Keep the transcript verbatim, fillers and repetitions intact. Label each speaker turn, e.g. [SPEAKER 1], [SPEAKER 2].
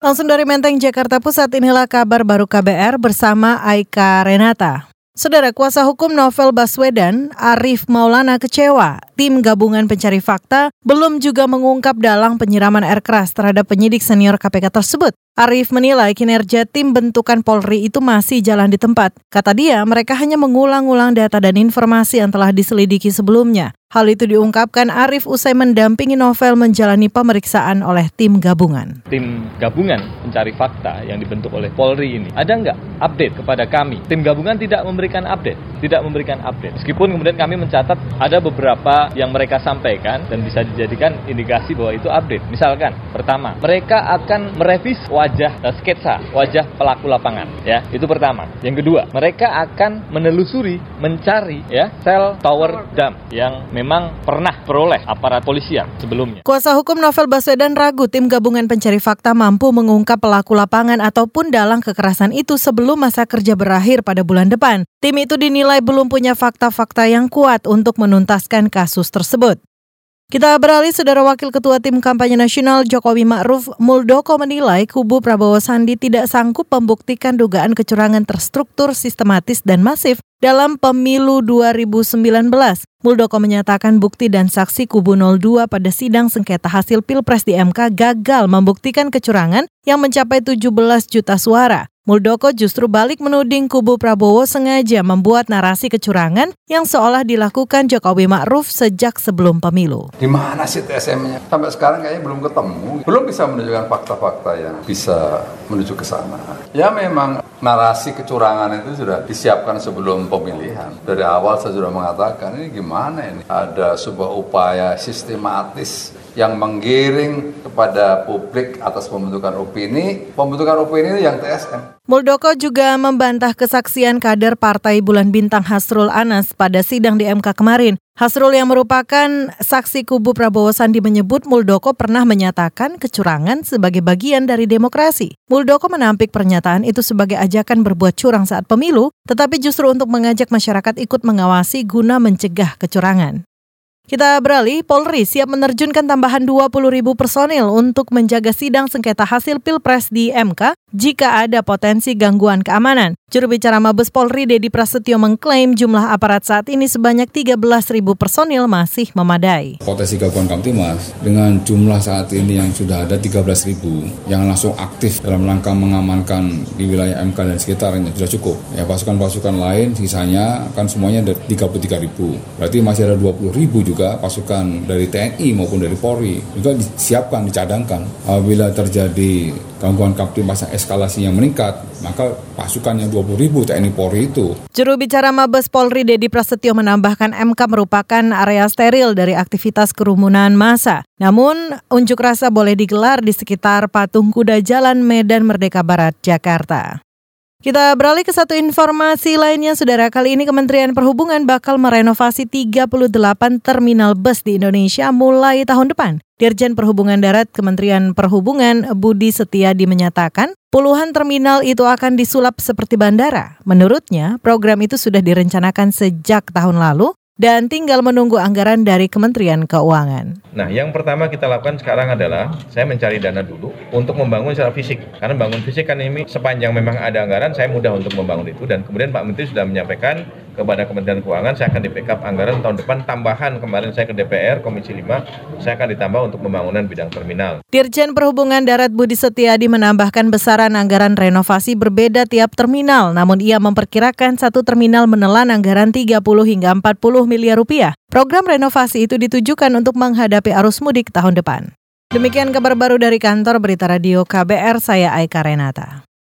[SPEAKER 1] Langsung dari Menteng, Jakarta Pusat, inilah kabar baru K B R bersama Aika Renata. Saudara, kuasa hukum Novel Baswedan, Arief Maulana kecewa. Tim gabungan pencari fakta belum juga mengungkap dalang penyiraman air keras terhadap penyidik senior K P K tersebut. Arief menilai kinerja tim bentukan Polri itu masih jalan di tempat. Kata dia, mereka hanya mengulang-ulang data dan informasi yang telah diselidiki sebelumnya. Hal itu diungkapkan Arief usai mendampingi Novel menjalani pemeriksaan oleh tim gabungan.
[SPEAKER 2] Tim gabungan pencari fakta yang dibentuk oleh Polri ini, ada nggak update kepada kami? Tim gabungan tidak memberikan update, tidak memberikan update. Meskipun kemudian kami mencatat ada beberapa yang mereka sampaikan dan bisa dijadikan indikasi bahwa itu update. Misalkan, pertama, mereka akan merevisi wajah uh, sketsa wajah pelaku lapangan, ya itu pertama. Yang kedua, mereka akan menelusuri, mencari ya sel tower dam yang memang pernah peroleh aparat polisian sebelumnya.
[SPEAKER 1] Kuasa hukum Novel Baswedan ragu tim gabungan pencari fakta mampu mengungkap pelaku lapangan ataupun dalang kekerasan itu sebelum masa kerja berakhir pada bulan depan. Tim itu dinilai belum punya fakta-fakta yang kuat untuk menuntaskan kasus tersebut. Kita beralih, Saudara. Wakil Ketua Tim Kampanye Nasional Jokowi Ma'ruf Muldoko menilai kubu Prabowo Sandi tidak sanggup membuktikan dugaan kecurangan terstruktur, sistematis, dan masif dalam pemilu dua ribu sembilan belas. Muldoko menyatakan bukti dan saksi kubu nol dua pada sidang sengketa hasil Pilpres di M K gagal membuktikan kecurangan yang mencapai tujuh belas juta suara. Muldoko justru balik menuding kubu Prabowo sengaja membuat narasi kecurangan yang seolah dilakukan Jokowi Ma'ruf sejak sebelum pemilu.
[SPEAKER 3] Di mana sih T S M-nya? Sampai sekarang kayaknya belum ketemu. Belum bisa menunjukkan fakta-fakta yang bisa menuju ke sana. Ya memang narasi kecurangan itu sudah disiapkan sebelum pemilihan. Dari awal saya sudah mengatakan ini gimana ini? Ada sebuah upaya sistematis yang menggiring kepada publik atas pembentukan opini. Pembentukan opini yang T S M.
[SPEAKER 1] Muldoko juga membantah kesaksian kader Partai Bulan Bintang Hasrul Anas pada sidang di M K kemarin. Hasrul yang merupakan saksi kubu Prabowo Sandi menyebut Muldoko pernah menyatakan kecurangan sebagai bagian dari demokrasi. Muldoko menampik pernyataan itu sebagai ajakan berbuat curang saat pemilu, tetapi justru untuk mengajak masyarakat ikut mengawasi guna mencegah kecurangan. Kita beralih, Polri siap menerjunkan tambahan dua puluh ribu personil untuk menjaga sidang sengketa hasil Pilpres di M K jika ada potensi gangguan keamanan. Juru bicara Mabes Polri Dedi Prasetyo mengklaim jumlah aparat saat ini sebanyak tiga belas ribu personil masih memadai.
[SPEAKER 4] Potensi gangguan Kamtimas dengan jumlah saat ini yang sudah ada tiga belas ribu yang langsung aktif dalam rangka mengamankan di wilayah M K dan sekitarnya sudah cukup. Ya, pasukan-pasukan lain sisanya kan semuanya ada tiga puluh tiga ribu. Berarti masih ada dua puluh ribu juga. Juga pasukan dari T N I maupun dari Polri juga disiapkan, dicadangkan. Apabila terjadi gangguan Kamtimas yang eskalasinya meningkat, maka pasukan yang dua puluh ribu T N I Polri itu.
[SPEAKER 1] Juru bicara Mabes Polri Dedi Prasetyo menambahkan M K merupakan area steril dari aktivitas kerumunan massa. Namun, unjuk rasa boleh digelar di sekitar patung kuda Jalan Medan Merdeka Barat, Jakarta. Kita beralih ke satu informasi lainnya, Saudara. Kali ini Kementerian Perhubungan bakal merenovasi tiga puluh delapan terminal bus di Indonesia mulai tahun depan. Dirjen Perhubungan Darat Kementerian Perhubungan Budi Setiadi menyatakan puluhan terminal itu akan disulap seperti bandara. Menurutnya, program itu sudah direncanakan sejak tahun lalu dan tinggal menunggu anggaran dari Kementerian Keuangan.
[SPEAKER 5] Nah, yang pertama kita lakukan sekarang adalah saya mencari dana dulu untuk membangun secara fisik. Karena bangun fisik kan ini sepanjang memang ada anggaran, saya mudah untuk membangun itu. Dan kemudian Pak Menteri sudah menyampaikan kepada Kementerian Keuangan, saya akan di-backup anggaran tahun depan tambahan. Kemarin saya ke D P R, Komisi lima, saya akan ditambah untuk pembangunan bidang terminal.
[SPEAKER 1] Dirjen Perhubungan Darat Budi Setiadi menambahkan besaran anggaran renovasi berbeda tiap terminal. Namun ia memperkirakan satu terminal menelan anggaran tiga puluh hingga empat puluh miliar rupiah. Program renovasi itu ditujukan untuk menghadapi arus mudik tahun depan. Demikian kabar baru dari kantor Berita Radio K B R, saya Aika Renata.